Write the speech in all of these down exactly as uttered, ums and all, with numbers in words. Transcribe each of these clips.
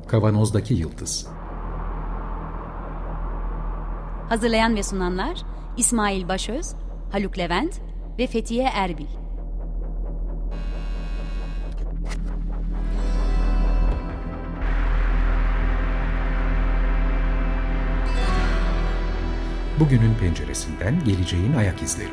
Kavanozdaki Yıldız. Hazırlayan ve sunanlar İsmail Başöz, Haluk Levent ve Fethiye Erbil. Bugünün penceresinden geleceğin ayak izleri.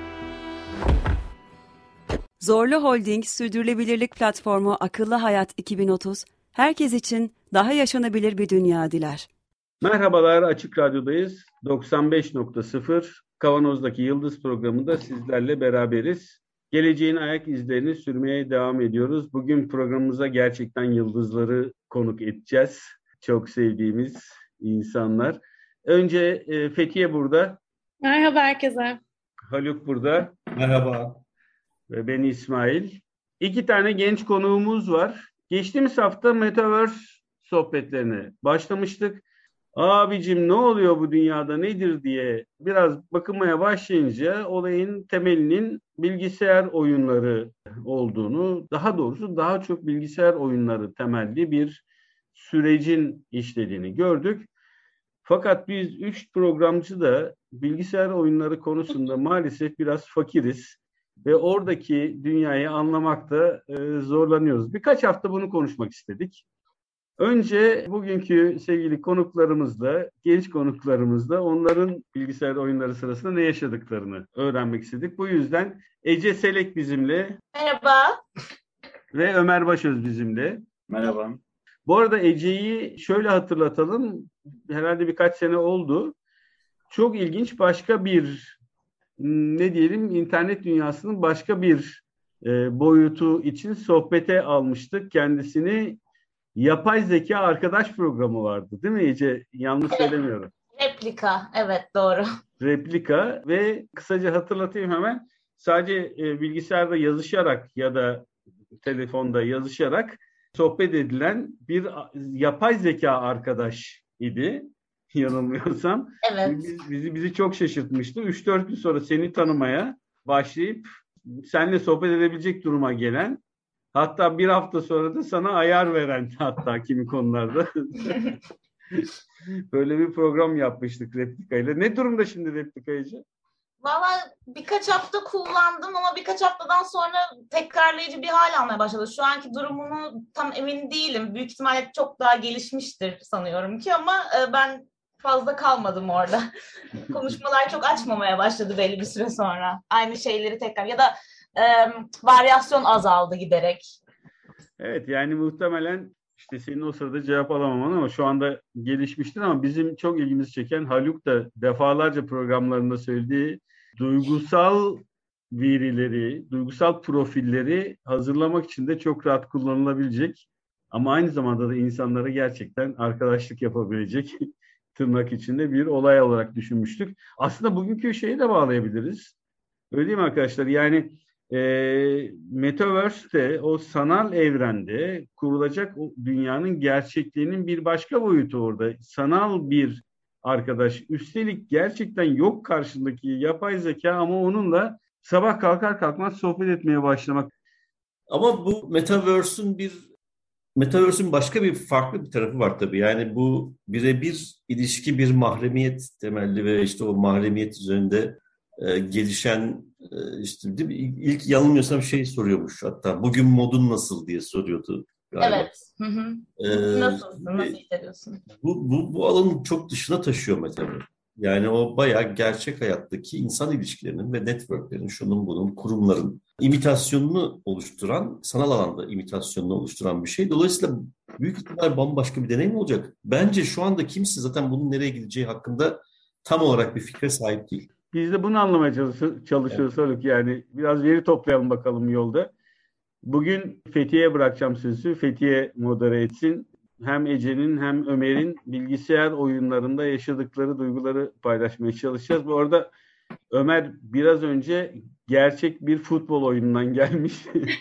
Zorlu Holding Sürdürülebilirlik Platformu Akıllı Hayat iki bin otuz, herkes için daha yaşanabilir bir dünya diler. Merhabalar, Açık Radyo'dayız. doksan beş nokta sıfır Kavanoz'daki Yıldız programında sizlerle beraberiz. Geleceğin ayak izlerini sürmeye devam ediyoruz. Bugün programımıza gerçekten yıldızları konuk edeceğiz. Çok sevdiğimiz insanlar. Önce e, Fethiye burada. Merhaba herkese. Haluk burada. Merhaba. Ve ben İsmail. İki tane genç konuğumuz var. Geçtiğimiz hafta Metaverse sohbetlerine başlamıştık. Abicim ne oluyor bu dünyada nedir diye biraz bakınmaya başlayınca olayın temelinin bilgisayar oyunları olduğunu, daha doğrusu daha çok bilgisayar oyunları temelli bir sürecin işlediğini gördük. Fakat biz üç programcı da bilgisayar oyunları konusunda maalesef biraz fakiriz ve oradaki dünyayı anlamakta e, zorlanıyoruz. Birkaç hafta bunu konuşmak istedik. Önce bugünkü sevgili konuklarımızla, genç konuklarımızla onların bilgisayar oyunları sırasında ne yaşadıklarını öğrenmek istedik. Bu yüzden Ece Selek bizimle. Merhaba. Ve Ömer Başöz bizimle. Merhaba. Bu arada Ece'yi şöyle hatırlatalım. Herhalde birkaç sene oldu. Çok ilginç başka bir, ne diyelim, internet dünyasının başka bir e, boyutu için sohbete almıştık. Kendisini yapay zeka arkadaş programı vardı değil mi Ece? Yanlış evet. Söylemiyorum. Replika, evet doğru. Replika ve kısaca hatırlatayım hemen. Sadece e, bilgisayarda yazışarak ya da telefonda yazışarak sohbet edilen bir yapay zeka arkadaş idi. Yanılmıyorsam. Evet. Biz, bizi bizi çok şaşırtmıştı. üç dört gün sonra seni tanımaya başlayıp seninle sohbet edebilecek duruma gelen, hatta bir hafta sonra da sana ayar veren, hatta kimi konularda. Böyle bir program yapmıştık Replika ile. Ne durumda şimdi Replika'yı? Valla birkaç hafta kullandım ama birkaç haftadan sonra tekrarlayıcı bir hal almaya başladı. Şu anki durumunu tam emin değilim. Büyük ihtimalle çok daha gelişmiştir sanıyorum ki ama ben fazla kalmadım orada. Konuşmalar çok açmamaya başladı belli bir süre sonra. Aynı şeyleri tekrar ya da e, varyasyon azaldı giderek. Evet, yani muhtemelen işte senin o sırada cevap alamaman ama şu anda gelişmiştir ama bizim çok ilgimizi çeken, Haluk da defalarca programlarında söylediği, duygusal verileri, duygusal profilleri hazırlamak için de çok rahat kullanılabilecek ama aynı zamanda da insanlara gerçekten arkadaşlık yapabilecek tırnak içinde bir olay olarak düşünmüştük. Aslında bugünkü şeyi de bağlayabiliriz. Öyle değil mi arkadaşlar? Yani e, Metaverse'te, o sanal evrende kurulacak o dünyanın gerçekliğinin bir başka boyutu orada. Sanal bir arkadaş. Üstelik gerçekten yok karşındaki yapay zeka ama onunla sabah kalkar kalkmaz sohbet etmeye başlamak. Ama bu Metaverse'ün bir Metaverse'ün başka bir farklı bir tarafı var tabii. Yani bu birebir ilişki, bir mahremiyet temelli ve işte o mahremiyet üzerinde e, gelişen e, işte değil mi? İlk yanılmıyorsam şey soruyormuş, hatta bugün modun nasıl diye soruyordu galiba. Evet. Hı hı. Ee, Nasılsın? Nasıl hissediyorsun? Bu, bu, bu alanın çok dışına taşıyor Metaverse. Yani o bayağı gerçek hayattaki insan ilişkilerinin ve networklerin, şunun bunun, kurumların imitasyonunu oluşturan, sanal alanda imitasyonunu oluşturan bir şey. Dolayısıyla büyük ihtimalle bambaşka bir deneyim olacak. Bence şu anda kimse zaten bunun nereye gideceği hakkında tam olarak bir fikre sahip değil. Biz de bunu anlamaya çalışıyoruz Haluk. Evet. Yani biraz veri toplayalım bakalım yolda. Bugün Fethiye'ye bırakacağım sözü. Fethiye modere etsin. Hem Ece'nin hem Ömer'in bilgisayar oyunlarında yaşadıkları duyguları paylaşmaya çalışacağız. Bu arada Ömer biraz önce gerçek bir futbol oyunundan gelmiş.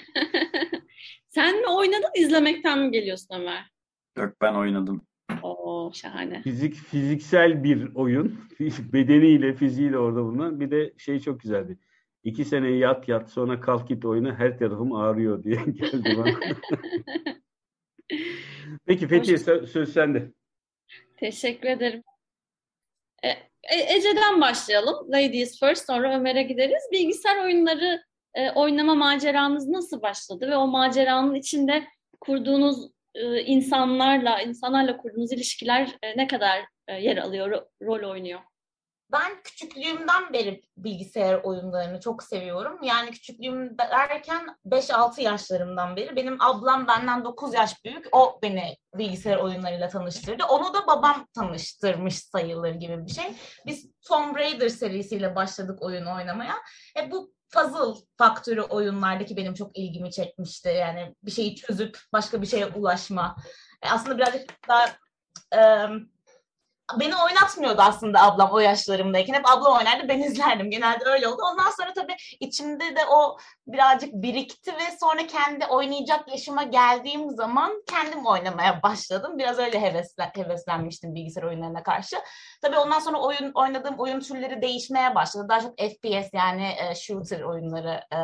Sen mi oynadın, izlemekten mi geliyorsun Ömer? Yok, ben oynadım. Oo, şahane. Fizik, fiziksel bir oyun. Bedeniyle, fiziğiyle orada bulunan. Bir de şey çok güzeldi. İki sene yat yat sonra kalk git oyuna, her tarafım ağrıyor diye geldi bana. Peki Fethiye, sö- söz sende. Teşekkür ederim. E, E- Ece'den başlayalım. Ladies first, sonra Ömer'e gideriz. Bilgisayar oyunları e, oynama maceranız nasıl başladı ve o maceranın içinde kurduğunuz e, insanlarla, insanlarla kurduğunuz ilişkiler e, ne kadar e, yer alıyor, ro- rol oynuyor? Ben küçüklüğümden beri bilgisayar oyunlarını çok seviyorum. Yani küçüklüğüm derken beş altı yaşlarımdan beri. Benim ablam benden dokuz yaş büyük. O beni bilgisayar oyunlarıyla tanıştırdı. Onu da babam tanıştırmış sayılır gibi bir şey. Biz Tomb Raider serisiyle başladık oyun oynamaya. E bu puzzle faktörü oyunlardaki benim çok ilgimi çekmişti. Yani bir şeyi çözüp başka bir şeye ulaşma. E aslında birazcık daha... E, Beni oynatmıyordu aslında ablam o yaşlarımdayken. Hep ablam oynardı, ben izlerdim. Genelde öyle oldu. Ondan sonra tabii içimde de o birazcık birikti ve sonra kendi oynayacak yaşıma geldiğim zaman kendim oynamaya başladım. Biraz öyle heveslen, heveslenmiştim bilgisayar oyunlarına karşı. Tabii ondan sonra oyun oynadığım oyun türleri değişmeye başladı. Daha çok F P S yani e, shooter oyunları e,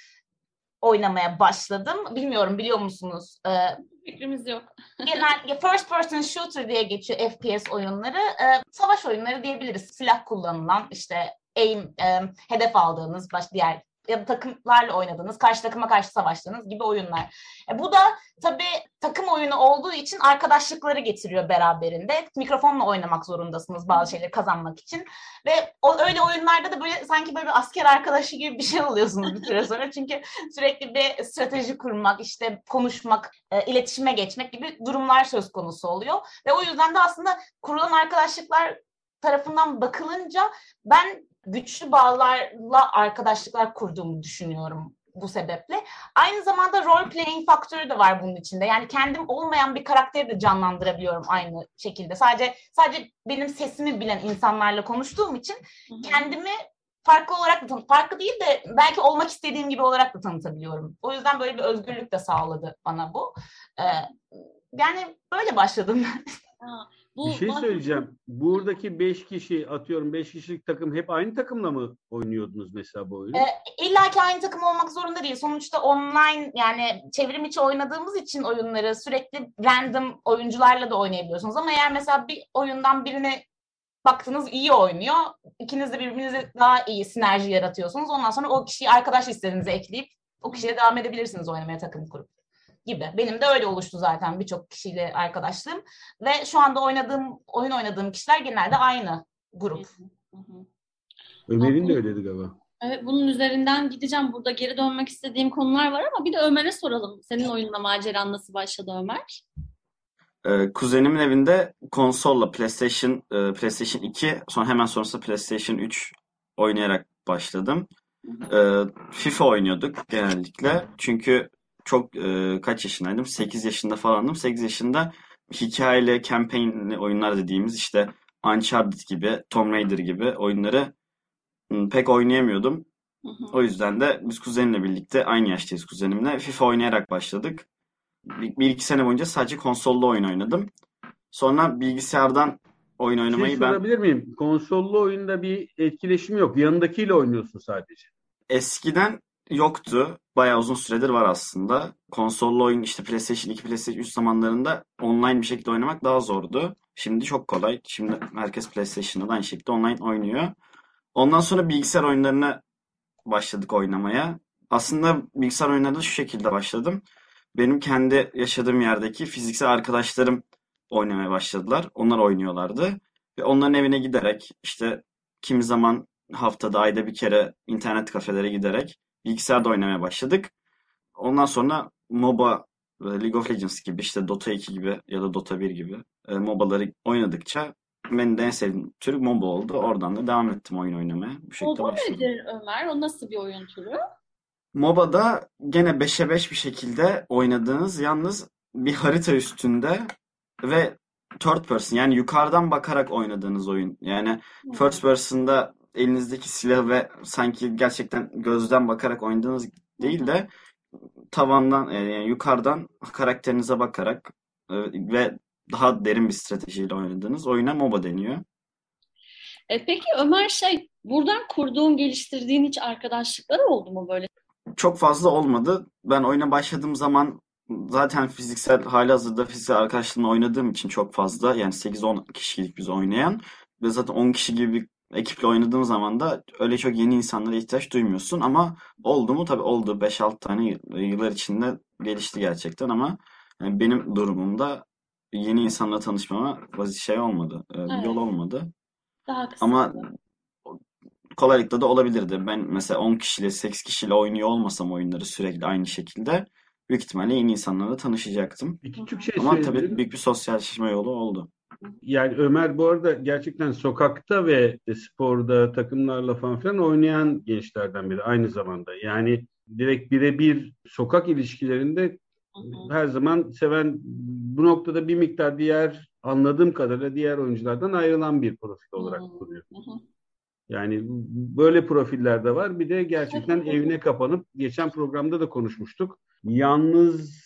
oynamaya başladım. Bilmiyorum, biliyor musunuz? E, Fikrimiz yok. Genel first person shooter diye geçiyor F P S oyunları. Ee, savaş oyunları diyebiliriz. Silah kullanılan, işte aim, e, hedef aldığınız, baş diğer ya da takımlarla oynadığınız, karşı takıma karşı savaştığınız gibi oyunlar. E, bu da tabii takım oyunu olduğu için arkadaşlıkları getiriyor beraberinde. Mikrofonla oynamak zorundasınız bazı şeyleri kazanmak için. Ve o, öyle oyunlarda da böyle sanki böyle bir asker arkadaşı gibi bir şey oluyorsunuz bir süre sonra. Çünkü sürekli bir strateji kurmak, işte konuşmak, e, iletişime geçmek gibi durumlar söz konusu oluyor. Ve o yüzden de aslında kurulan arkadaşlıklar tarafından bakılınca ben güçlü bağlarla arkadaşlıklar kurduğumu düşünüyorum bu sebeple. Aynı zamanda role playing faktörü de var bunun içinde. Yani kendim olmayan bir karakteri de canlandırabiliyorum aynı şekilde. Sadece sadece benim sesimi bilen insanlarla konuştuğum için Hı-hı. kendimi farklı olarak da tanı- farklı değil de belki olmak istediğim gibi olarak da tanıtabiliyorum. O yüzden böyle bir özgürlük de sağladı bana bu. Ee, yani böyle başladım ben. Ha, bu Bir şey bahsettiğim- söyleyeceğim. Buradaki beş kişi, atıyorum beş kişilik takım hep aynı takımla mı oynuyordunuz mesela bu oyunu? Ee, İlla ki aynı takım olmak zorunda değil. Sonuçta online, yani çevrim içi oynadığımız için oyunları sürekli random oyuncularla da oynayabiliyorsunuz. Ama eğer mesela bir oyundan birini baktınız iyi oynuyor, İkiniz de birbirinize daha iyi sinerji yaratıyorsunuz. Ondan sonra o kişiyi arkadaş listenize ekleyip o kişiyle devam edebilirsiniz oynamaya, takım kurup gibi. Benim de öyle oluştu zaten birçok kişiyle arkadaşlığım. Ve şu anda oynadığım, oyun oynadığım kişiler genelde aynı grup. Hı hı. Ömer'in de öyleydi galiba. Evet, bunun üzerinden gideceğim. Burada geri dönmek istediğim konular var ama bir de Ömer'e soralım. Senin oyunla maceran nasıl başladı Ömer? Ee, kuzenimin evinde konsolla PlayStation, e, PlayStation iki, sonra hemen sonrasında PlayStation üç oynayarak başladım. Ee, FIFA oynuyorduk genellikle. Çünkü çok e, kaç yaşındaydım? sekiz yaşında falandım. sekiz yaşında hikayeli, campaign'li oyunlar dediğimiz işte Uncharted gibi, Tomb Raider gibi oyunları m, pek oynayamıyordum. O yüzden de biz kuzenimle birlikte, aynı yaştayız kuzenimle, FIFA oynayarak başladık. Bir, bir iki sene boyunca sadece konsollu oyun oynadım. Sonra bilgisayardan oyun Bir şey oynamayı ben sorabilir miyim? Konsollu oyunda bir etkileşim yok. Yanındakiyle oynuyorsun sadece. eskiden yoktu. Bayağı uzun süredir var aslında. Konsollu oyun işte PlayStation iki, PlayStation üç zamanlarında online bir şekilde oynamak daha zordu. Şimdi çok kolay. Şimdi herkes PlayStation'da da aynı şekilde online oynuyor. Ondan sonra bilgisayar oyunlarına başladık oynamaya. Aslında bilgisayar oyunlarına şu şekilde başladım. Benim kendi yaşadığım yerdeki fiziksel arkadaşlarım oynamaya başladılar. Onlar oynuyorlardı. Ve onların evine giderek işte kimi zaman haftada, ayda bir kere internet kafelere giderek bilgisayarda oynamaya başladık. Ondan sonra MOBA, League of Legends gibi, işte Dota iki gibi ya da Dota bir gibi e, MOBA'ları oynadıkça benim de en sevdiğim tür MOBA oldu. Oradan da devam ettim oyun oynamaya. Bu şekilde MOBA başladım. nedir Ömer? O nasıl bir oyun türü? MOBA'da gene beşe beş bir şekilde oynadığınız, yalnız bir harita üstünde ve third person, yani yukarıdan bakarak oynadığınız oyun. Yani first person'da elinizdeki silah ve sanki gerçekten gözden bakarak oynadığınız değil de tavandan, yani yukarıdan karakterinize bakarak e, ve daha derin bir stratejiyle oynadığınız oyuna MOBA deniyor. E, peki Ömer, şey, buradan kurduğun, geliştirdiğin hiç arkadaşlıklar oldu mu böyle? Çok fazla olmadı. Ben oyuna başladığım zaman zaten fiziksel halihazırda fiziksel arkadaşlarımla oynadığım için çok fazla yani sekiz on kişilik biz oynayan ve zaten on kişi gibi bir ekiple oynadığım zaman da öyle çok yeni insanlara ihtiyaç duymuyorsun ama oldu mu? Tabii oldu. beş altı tane yıllar içinde gelişti gerçekten ama yani benim durumumda yeni insanla tanışmama bazı şey olmadı. e, Evet. Yol olmadı. Daha Ama kısıtlı. kolaylıkla da olabilirdi. Ben mesela on kişiyle sekiz kişiyle oynuyor olmasam oyunları sürekli aynı şekilde büyük ihtimalle yeni insanlarla tanışacaktım. Bir küçük şey Ama tabii söyleyebilirim. büyük bir sosyalleşme yolu oldu. Yani Ömer bu arada gerçekten sokakta ve sporda takımlarla falan filan oynayan gençlerden biri aynı zamanda. Yani direkt birebir sokak ilişkilerinde Hı hı. her zaman seven, bu noktada bir miktar diğer, anladığım kadarıyla diğer oyunculardan ayrılan bir profil olarak Hı duruyor. hı. Yani böyle profiller de var. Bir de gerçekten evine kapanıp, geçen programda da konuşmuştuk, yalnız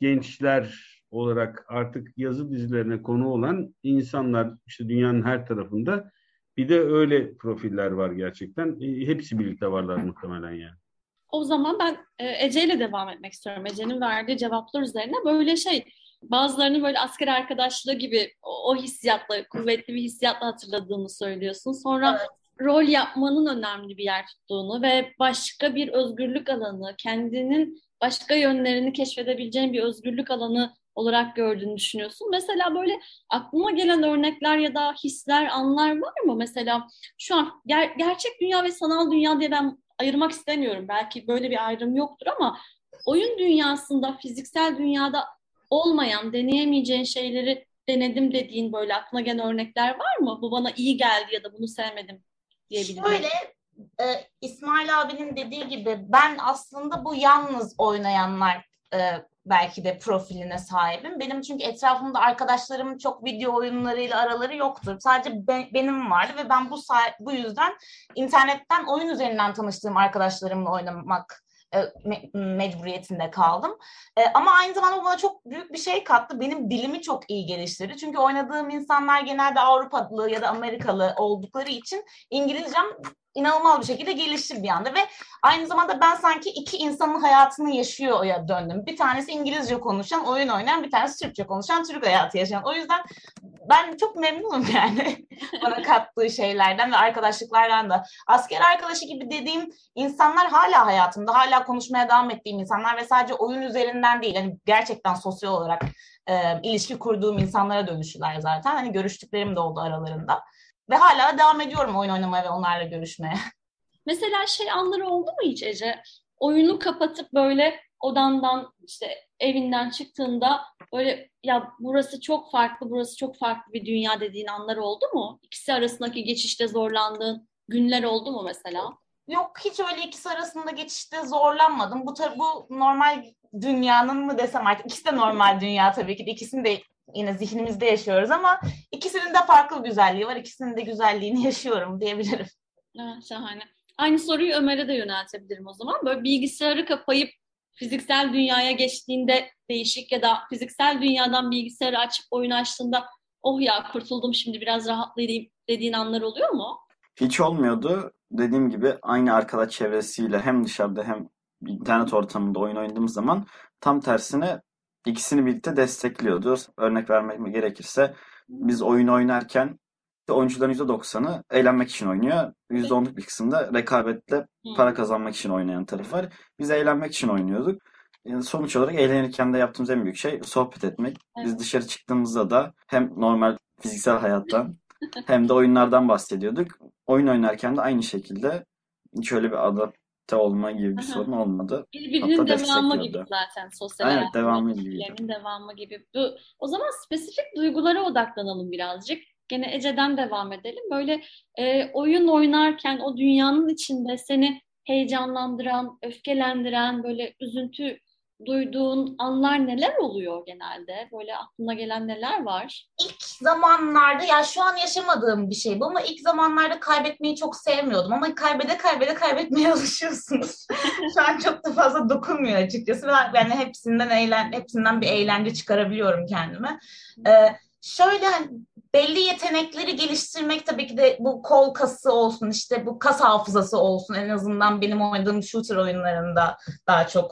gençler olarak artık yazı dizilerine konu olan insanlar işte dünyanın her tarafında. Bir de öyle profiller var gerçekten. E, hepsi birlikte varlar muhtemelen yani. O zaman ben e, Ece ile devam etmek istiyorum. Ece'nin verdiği cevaplar üzerine böyle şey, bazılarının böyle asker arkadaşlığı gibi o, o hissiyatla, kuvvetli bir hissiyatla hatırladığını söylüyorsun. Sonra Evet. rol yapmanın önemli bir yer tuttuğunu ve başka bir özgürlük alanı, kendinin başka yönlerini keşfedebileceğin bir özgürlük alanı olarak gördüğünü düşünüyorsun. Mesela böyle aklıma gelen örnekler ya da hisler, anlar var mı? Mesela şu an ger- gerçek dünya ve sanal dünya diye ben ayırmak istemiyorum. Belki böyle bir ayrım yoktur ama oyun dünyasında, fiziksel dünyada olmayan, deneyemeyeceğin şeyleri denedim dediğin böyle aklına gelen örnekler var mı? Bu bana iyi geldi ya da bunu sevmedim diyebilirim. Şöyle, e, İsmail abinin dediği gibi ben aslında bu yalnız oynayanlar e, belki de profiline sahibim. Benim çünkü etrafımda arkadaşlarımın çok video oyunlarıyla araları yoktur. Sadece be- benim vardı ve ben bu say- bu yüzden internetten oyun üzerinden tanıştığım arkadaşlarımla oynamak e, me- mecburiyetinde kaldım. E, ama aynı zamanda bu bana çok büyük bir şey kattı. Benim dilimi çok iyi geliştirdi. Çünkü oynadığım insanlar genelde Avrupalı ya da Amerikalı oldukları için İngilizcem inanılmaz bir şekilde gelişti bir anda ve aynı zamanda ben sanki iki insanın hayatını yaşıyor'ya döndüm. Bir tanesi İngilizce konuşan, oyun oynayan, bir tanesi Türkçe konuşan, Türk hayatı yaşayan. O yüzden ben çok memnunum yani bana kattığı şeylerden ve arkadaşlıklardan da. Asker arkadaşı gibi dediğim insanlar hala hayatımda, hala konuşmaya devam ettiğim insanlar ve sadece oyun üzerinden değil, hani gerçekten sosyal olarak e, ilişki kurduğum insanlara dönüştüler zaten. Hani görüştüklerim de oldu aralarında. Ve hala devam ediyorum oyun oynamaya ve onlarla görüşmeye. Mesela şey anları oldu mu hiç Ece? Oyunu kapatıp böyle odandan işte evinden çıktığında böyle ya burası çok farklı, burası çok farklı bir dünya dediğin anlar oldu mu? İkisi arasındaki geçişte zorlandığın günler oldu mu mesela? Yok, hiç öyle ikisi arasında geçişte zorlanmadım. Bu tabii bu normal dünyanın mı desem artık, ikisi de normal dünya tabii ki de, ikisini de yine zihnimizde yaşıyoruz ama ikisinin de farklı bir güzelliği var. İkisinin de güzelliğini yaşıyorum diyebilirim. Evet, şahane. Aynı soruyu Ömer'e de yöneltebilirim o zaman. Böyle bilgisayarı kapayıp fiziksel dünyaya geçtiğinde değişik ya da fiziksel dünyadan bilgisayarı açıp oyun açtığında oh ya kurtuldum şimdi biraz rahatlayayım dediğin anlar oluyor mu? Hiç olmuyordu. Dediğim gibi aynı arkadaş çevresiyle hem dışarıda hem internet ortamında oyun oynadığımız zaman tam tersine ikisini birlikte destekliyordu. Örnek vermek gerekirse biz oyun oynarken oyuncuların yüzde doksanı eğlenmek için oynuyor. yüzde onluk bir kısımda rekabetle para kazanmak için oynayan taraf var. Biz eğlenmek için oynuyorduk. Yani sonuç olarak eğlenirken de yaptığımız en büyük şey sohbet etmek. Biz Evet. dışarı çıktığımızda da hem normal fiziksel hayattan hem de oyunlardan bahsediyorduk. Oyun oynarken de aynı şekilde hiç öyle bir adapte olma gibi bir Aha. sorun olmadı. Birbirinin Hatta devamı gibi destekliyordu. zaten sosyal Evet, hayatın devamı gibiydi. ilişkilerinin devamı gibi. Bu, o zaman spesifik duygulara odaklanalım birazcık. Gene Ece'den devam edelim. Böyle e, oyun oynarken o dünyanın içinde seni heyecanlandıran, öfkelendiren, böyle üzüntü duyduğun anlar neler oluyor genelde? Böyle aklına gelen neler var? İlk zamanlarda, ya şu an yaşamadığım bir şey bu ama ilk zamanlarda kaybetmeyi çok sevmiyordum. Ama kaybede kaybede kaybetmeye alışıyorsunuz. Şu an çok da fazla dokunmuyor açıkçası. Ben yani hepsinden eğlen, hepsinden bir eğlence çıkarabiliyorum kendime. Ee, şöyle hani belli yetenekleri geliştirmek, tabii ki de bu kol kası olsun, işte bu kas hafızası olsun, en azından benim oynadığım shooter oyunlarında daha çok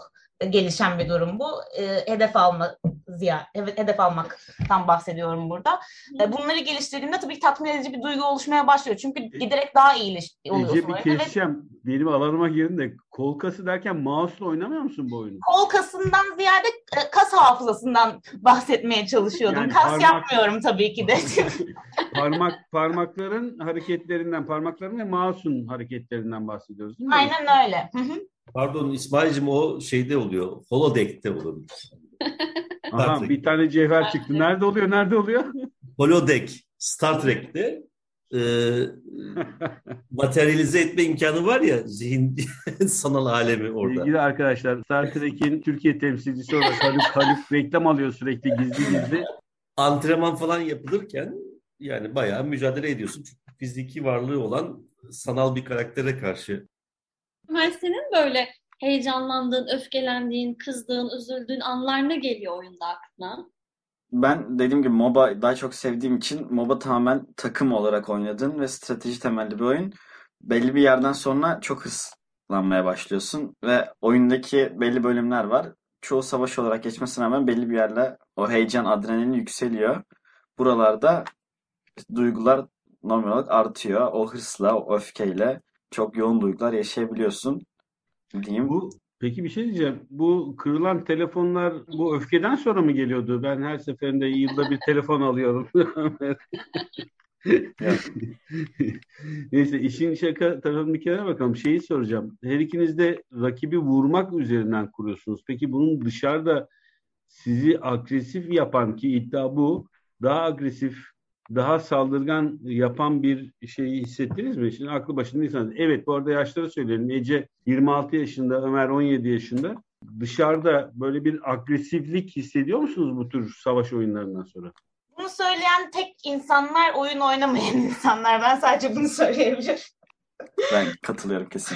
gelişen bir durum bu. E, hedef alma ziya, evet, hedef almaktan bahsediyorum burada. E, bunları geliştirdiğinde tabii ki tatmin edici bir duygu oluşmaya başlıyor. Çünkü giderek daha iyi oluyorsun. Ece, bir keseceğim. Ve... Benim alanıma girin de kol kası derken mouse'la oynamıyor musun bu oyunu? Kol kasından ziyade e, kas hafızasından bahsetmeye çalışıyordum. Yani kas parmak... yapmıyorum tabii ki de. Parmak parmakların hareketlerinden, parmakların ve mouse'un hareketlerinden bahsediyoruz değil mi? Aynen öyle. Pardon İsmail'cim, o şeyde oluyor. Holodeck'te olabilir. Aha, bir tane cevher çıktı. Nerede oluyor? Nerede oluyor? Holodeck. Star Trek'te e, materyalize etme imkanı var ya, zihin sanal alemi orada. Sevgili arkadaşlar, Star Trek'in Türkiye temsilcisi olarak Haluk, Haluk reklam alıyor sürekli gizli gizli. Antrenman falan yapılırken yani bayağı mücadele ediyorsun. Çünkü fiziki varlığı olan sanal bir karaktere karşı. Ömer, senin böyle heyecanlandığın, öfkelendiğin, kızdığın, üzüldüğün anlar ne geliyor oyunda aklına? Ben dediğim gibi MOBA daha çok sevdiğim için MOBA tamamen takım olarak oynadığın ve strateji temelli bir oyun. Belli bir yerden sonra çok hızlanmaya başlıyorsun ve oyundaki belli bölümler var. Çoğu savaş olarak geçmesine rağmen belli bir yerle o heyecan, adrenalin yükseliyor. Buralarda duygular normal olarak artıyor. O hırsla, o öfkeyle çok yoğun duygular yaşayabiliyorsun diyeyim. Bu, peki bir şey diyeceğim. Bu kırılan telefonlar bu öfkeden sonra mı geliyordu? Ben her seferinde yılda bir telefon alıyorum. Neyse, işin şaka tarafını bir kenara bakalım. Şeyi soracağım. Her ikiniz de rakibi vurmak üzerinden kuruyorsunuz. Peki bunun dışarıda sizi agresif yapan, ki iddia bu, daha agresif, daha saldırgan yapan bir şeyi hissettiniz mi? Şimdi aklı başındaysanız. Evet, bu arada yaşları söyleyelim. Ece yirmi altı yaşında, Ömer on yedi yaşında. Dışarıda böyle bir agresiflik hissediyor musunuz bu tür savaş oyunlarından sonra? Bunu söyleyen tek insanlar oyun oynamayan insanlar. Ben sadece bunu söyleyebilirim. Ben katılıyorum kesin.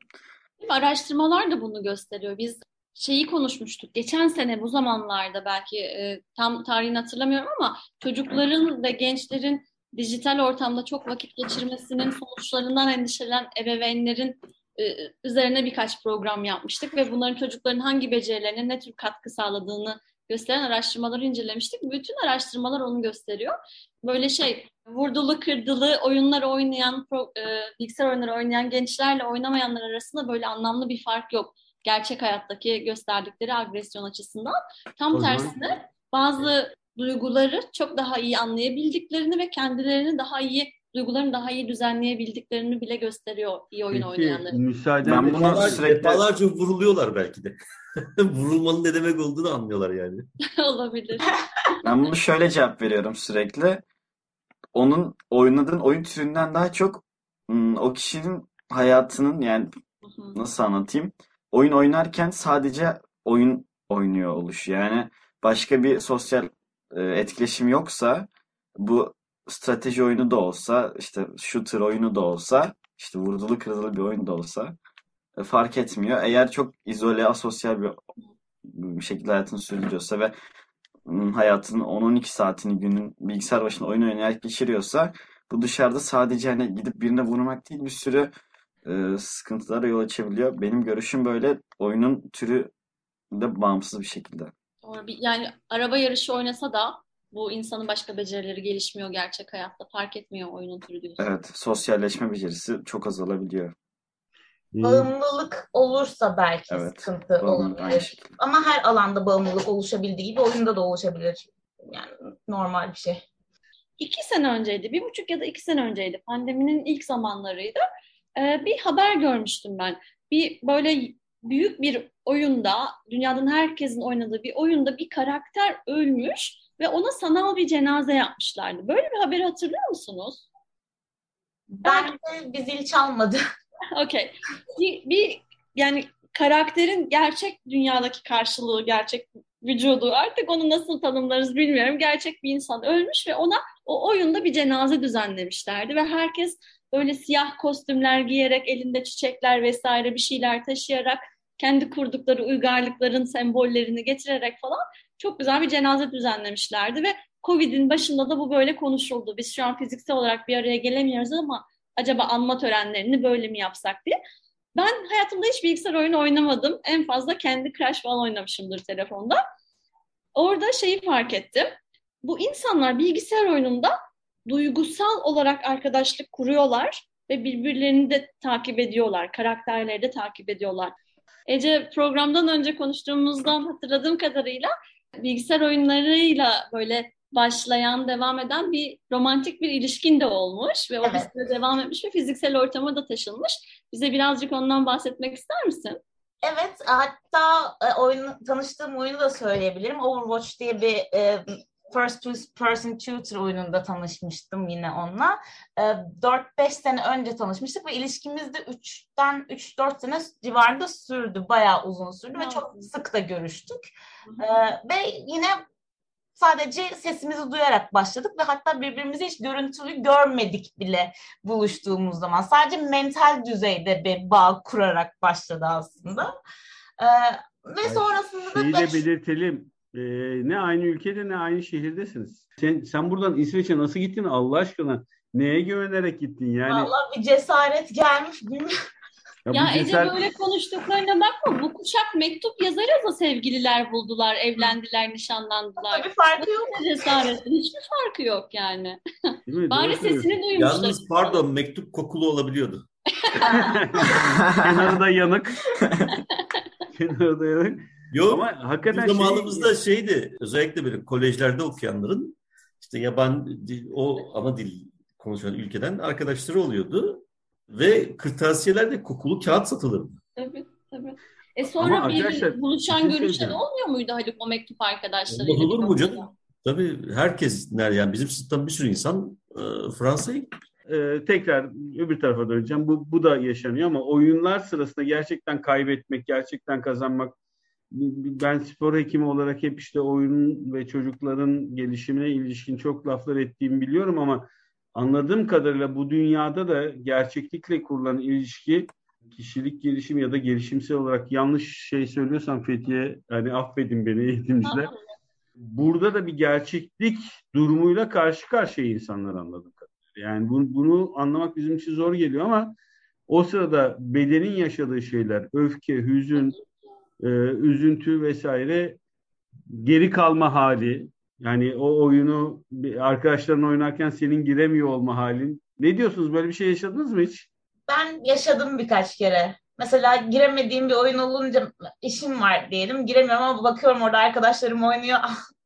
Araştırmalar da bunu gösteriyor. Biz şeyi konuşmuştuk. Geçen sene bu zamanlarda belki e, tam tarihini hatırlamıyorum ama çocukların ve gençlerin dijital ortamda çok vakit geçirmesinin sonuçlarından endişelenen ebeveynlerin e, üzerine birkaç program yapmıştık ve bunların çocukların hangi becerilerine ne tür katkı sağladığını gösteren araştırmaları incelemiştik. Bütün araştırmalar onu gösteriyor. Böyle şey, vurdulu kırdılı oyunlar oynayan, pro, e, bilgisayar oyunları oynayan gençlerle oynamayanlar arasında böyle anlamlı bir fark yok. Gerçek hayattaki gösterdikleri agresyon açısından. Tam o tersine zaman... bazı duyguları çok daha iyi anlayabildiklerini ve kendilerini daha iyi, duygularını daha iyi düzenleyebildiklerini bile gösteriyor iyi oyun Peki, oynayanların. Müsaade ben buna sürekli... Defalarca vuruluyorlar belki de. Vurulmanın ne demek olduğunu anlıyorlar yani. Olabilir. Ben bunu şöyle cevap veriyorum sürekli. Onun oynadığın oyun türünden daha çok o kişinin hayatının, yani nasıl anlatayım? Oyun oynarken sadece oyun oynuyor oluşu. Yani başka bir sosyal e, etkileşim yoksa, bu strateji oyunu da olsa, işte shooter oyunu da olsa, işte vurdulu kırdılı bir oyun da olsa e, fark etmiyor. Eğer çok izole, asosyal bir, bir şekilde hayatını sürdürüyorsa ve m, hayatının on on iki saatini günün bilgisayar başında oyun oynayarak geçiriyorsa, bu dışarıda sadece hani gidip birine vurmak değil, bir sürü e, sıkıntılara yol açabiliyor. Benim görüşüm böyle, oyunun türü de bağımsız bir şekilde. Doğru. Yani araba yarışı oynasa da bu insanın başka becerileri gelişmiyor gerçek hayatta. Fark etmiyor oyunun türü diyorsun. Evet. Sosyalleşme becerisi çok azalabiliyor. Bağımlılık olursa belki evet, sıkıntı olabilir. Ama her alanda bağımlılık oluşabildiği gibi oyunda da oluşabilir. Yani normal bir şey. İki sene önceydi. Bir buçuk ya da iki sene önceydi. Pandeminin ilk zamanlarıydı. Ee, bir haber görmüştüm ben. Bir böyle büyük bir oyunda, dünyanın herkesin oynadığı bir oyunda bir karakter ölmüş ve ona sanal bir cenaze yapmışlardı. Böyle bir haberi hatırlıyor musunuz? Ben de bir zil çalmadı. Okey. Bir, bir yani karakterin gerçek dünyadaki karşılığı, gerçek vücudu, artık onu nasıl tanımlarız bilmiyorum. Gerçek bir insan ölmüş ve ona o oyunda bir cenaze düzenlemişlerdi ve herkes böyle siyah kostümler giyerek, elinde çiçekler vesaire bir şeyler taşıyarak, kendi kurdukları uygarlıkların sembollerini getirerek falan çok güzel bir cenaze düzenlemişlerdi ve Covid'in başında da bu böyle konuşuldu. Biz şu an fiziksel olarak bir araya gelemiyoruz ama acaba anma törenlerini böyle mi yapsak diye. Ben hayatımda hiç bilgisayar oyunu oynamadım. En fazla Candy Crush falan oynamışımdır telefonda. Orada şeyi fark ettim. Bu insanlar bilgisayar oyununda duygusal olarak arkadaşlık kuruyorlar ve birbirlerini de takip ediyorlar. Karakterleri de takip ediyorlar. Ece, programdan önce konuştuğumuzdan hatırladığım kadarıyla bilgisayar oyunlarıyla böyle başlayan, devam eden bir romantik bir ilişkin de olmuş ve o Evet. bir süre devam etmiş ve fiziksel ortama da taşınmış. Bize birazcık ondan bahsetmek ister misin? Evet, hatta e, oyun, tanıştığım oyunu da söyleyebilirim. Overwatch diye bir e, first person shooter oyununda tanışmıştım yine onunla. E, dört beş sene önce tanışmıştık ve ilişkimiz de üçten üç dört sene civarında sürdü. Bayağı uzun sürdü ve çok sık da görüştük. E, ve yine sadece sesimizi duyarak başladık ve hatta birbirimizi hiç görüntülü görmedik bile buluştuğumuz zaman. Sadece mental düzeyde bir bağ kurarak başladı aslında. Ee, ve Yani sonrasında da şeyi de beş... belirtelim. Ee, ne aynı ülkede ne aynı şehirdesiniz. Sen, sen buradan İsveç'e nasıl gittin Allah aşkına? Neye güvenerek gittin yani? Vallahi bir cesaret gelmiş. Bilmiyorum. Ya Ya bu Ece, cesaret- böyle konuştuklarına bakma. Bu kuşak mektup yazar yazar sevgililer buldular, evlendiler, nişanlandılar. Tabii farkı yok. Bu cesaretin hiçbir farkı yok yani. Değil mi? Bari Doğru söylüyorsun. sesini duymuşlar. Yalnız pardon, mektup kokulu olabiliyordu. Kenarı da yanık. Kenarı da yanık. Yok. Ama hakikaten Bizim şey- zamanımızda şeydi, özellikle böyle kolejlerde okuyanların işte yabancı dil, o ana dil konuşan ülkeden arkadaşları oluyordu ve kırtasiyelerde kokulu kağıt satılırdı. Tabii, tabii. E sonra Ama bir arkadaşlar, buluşan, bir şey görüşen söyleyeceğim. olmuyor muydu Haluk o mektup arkadaşlarıyla? Olmaz olur bir mu noktada? canım? Tabii herkes, yani bizim sınıftan bir sürü insan e, Fransa'ya gitti. Ee, tekrar öbür tarafa döneceğim. Bu, bu da yaşanıyor ama oyunlar sırasında gerçekten kaybetmek, gerçekten kazanmak. Ben spor hekimi olarak hep işte oyun ve çocukların gelişimine ilişkin çok laflar ettiğimi biliyorum ama anladığım kadarıyla bu dünyada da gerçeklikle kurulan ilişki, kişilik gelişimi ya da gelişimsel olarak yanlış şey söylüyorsam Fethiye, hani affedin beni eğitimciler. Burada da bir gerçeklik durumuyla karşı karşıya insanlar anladığım kadarıyla. Yani bunu, bunu anlamak bizim için zor geliyor ama o sırada bedenin yaşadığı şeyler, öfke, hüzün, e, üzüntü vesaire, geri kalma hali, yani o oyunu arkadaşların oynarken senin giremiyor olma halin. Ne diyorsunuz? Böyle bir şey yaşadınız mı hiç? Ben yaşadım birkaç kere. Mesela giremediğim bir oyun olunca işim var diyelim. Giremiyorum ama bakıyorum orada arkadaşlarım oynuyor.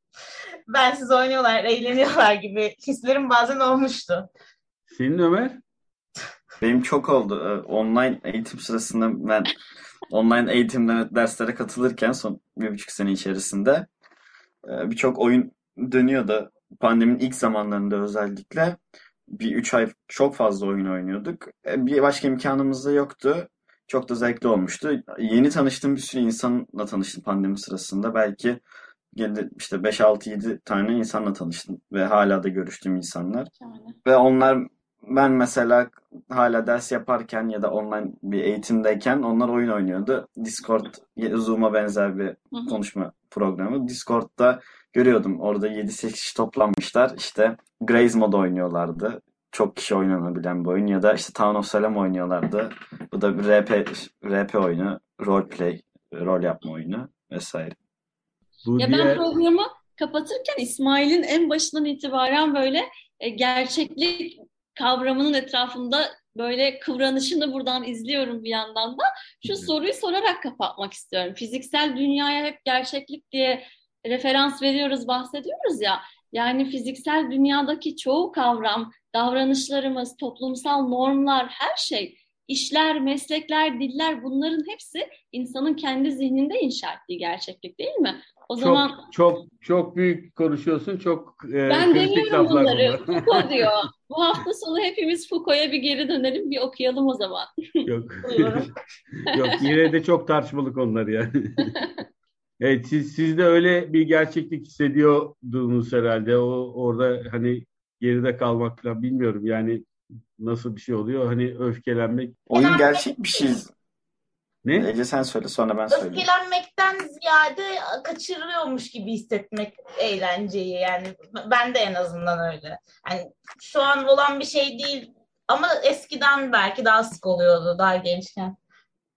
Bensiz oynuyorlar, eğleniyorlar gibi hislerim bazen olmuştu. Senin Ömer? Benim çok oldu. Ee, Online eğitim sırasında ben online eğitimde derslere katılırken son bir buçuk sene içerisinde e, birçok oyun dönüyordu. Pandeminin ilk zamanlarında özellikle bir üç ay çok fazla oyun oynuyorduk. E, Bir başka imkanımız da yoktu. Çok da zevkli olmuştu. Yeni tanıştığım bir sürü insanla tanıştım pandemi sırasında. Belki geldi işte beş altı yedi tane insanla tanıştım ve hala da görüştüğüm insanlar. Yani. Ve onlar, ben mesela hala ders yaparken ya da online bir eğitimdeyken onlar oyun oynuyordu. Discord, Zoom'a benzer bir Hı hı. konuşma programı. Discord'da görüyordum. Orada yedi sekiz kişi toplanmışlar. İşte Graze mod oynuyorlardı. Çok kişi oynanabilen bir oyun. Ya da işte Town of Salem oynuyorlardı. Bu da bir R P, R P oyunu. Role play, rol yapma oyunu vesaire. Bu Ya diğer- ben programı kapatırken İsmail'in en başından itibaren böyle e, gerçeklik kavramının etrafında böyle kıvranışını buradan izliyorum bir yandan da. Şu soruyu sorarak kapatmak istiyorum. Fiziksel dünyaya hep gerçeklik diye referans veriyoruz, bahsediyoruz ya. Yani fiziksel dünyadaki çoğu kavram, davranışlarımız, toplumsal normlar, her şey, işler, meslekler, diller, bunların hepsi insanın kendi zihninde inşa ettiği gerçeklik değil mi? O Çok zaman çok çok büyük konuşuyorsun. Çok e, ben kritik demiyorum laflar bunları. bunlar. Foucault diyor. Bu hafta sonu hepimiz Foucault'a bir geri dönelim, bir okuyalım o zaman. Yok. Buyurun. Yok, yine de çok tartışmalı konular yani. Evet, siz, siz de öyle bir gerçeklik hissediyordunuz herhalde. O orada hani geride kalmakla bilmiyorum yani nasıl bir şey oluyor. Hani öfkelenmek. Oyun gerçek bir şey. Ne? Ece sen söyle, sonra ben söyleyeyim. Öfkelenmekten ziyade kaçırıyormuş gibi hissetmek eğlenceyi, yani ben de en azından öyle. Yani şu an olan bir şey değil ama eskiden belki daha sık oluyordu daha gençken.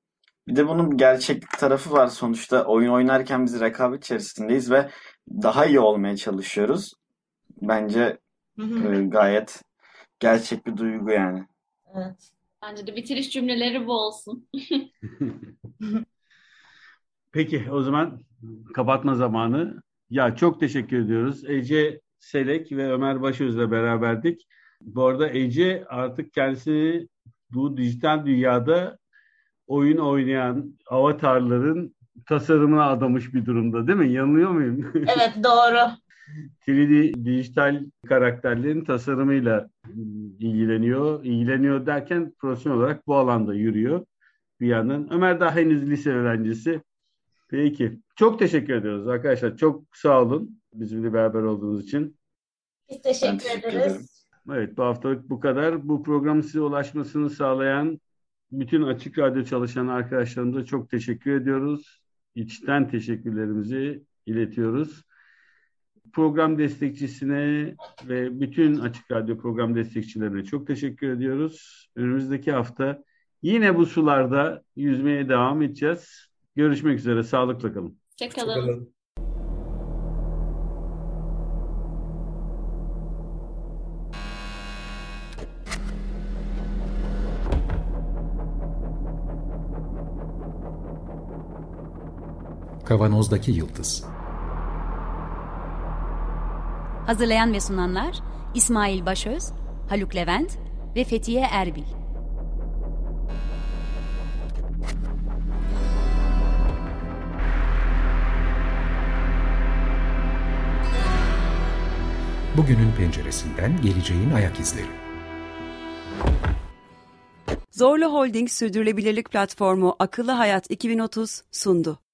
Bir de bunun gerçek tarafı var. Sonuçta oyun oynarken biz rekabet içerisindeyiz ve daha iyi olmaya çalışıyoruz. Bence e, gayet gerçek bir duygu yani. Evet. Bence de bitiriş cümleleri bu olsun. Peki o zaman kapatma zamanı. Ya çok teşekkür ediyoruz. Ece Selek ve Ömer Başöz'le beraberdik. Bu arada Ece artık kendisini bu dijital dünyada oyun oynayan avatarların tasarımına adamış bir durumda, değil mi? Yanılıyor muyum? Evet, doğru. üç D dijital karakterlerin tasarımıyla ilgileniyor. İlgileniyor derken profesyonel olarak bu alanda yürüyor bir yandan. Ömer daha henüz lise öğrencisi. Peki. Çok teşekkür ediyoruz arkadaşlar. Çok sağ olun bizimle beraber olduğunuz için. Biz teşekkür, Ben teşekkür ederiz. ederim. Evet, bu haftalık bu kadar. Bu programın size ulaşmasını sağlayan bütün Açık Radyo çalışan arkadaşlarımıza çok teşekkür ediyoruz. İçten teşekkürlerimizi iletiyoruz. Program destekçisine ve bütün Açık Radyo program destekçilerine çok teşekkür ediyoruz. Önümüzdeki hafta yine bu sularda yüzmeye devam edeceğiz. Görüşmek üzere. Sağlıkla kalın. Hoşçakalın. Kavanozdaki Yıldız. Hazırlayan ve sunanlar İsmail Başöz, Haluk Levent ve Fethiye Erbil. Bugünün penceresinden geleceğin ayak izleri. Zorlu Holding Sürdürülebilirlik Platformu Akıllı Hayat iki bin otuz sundu.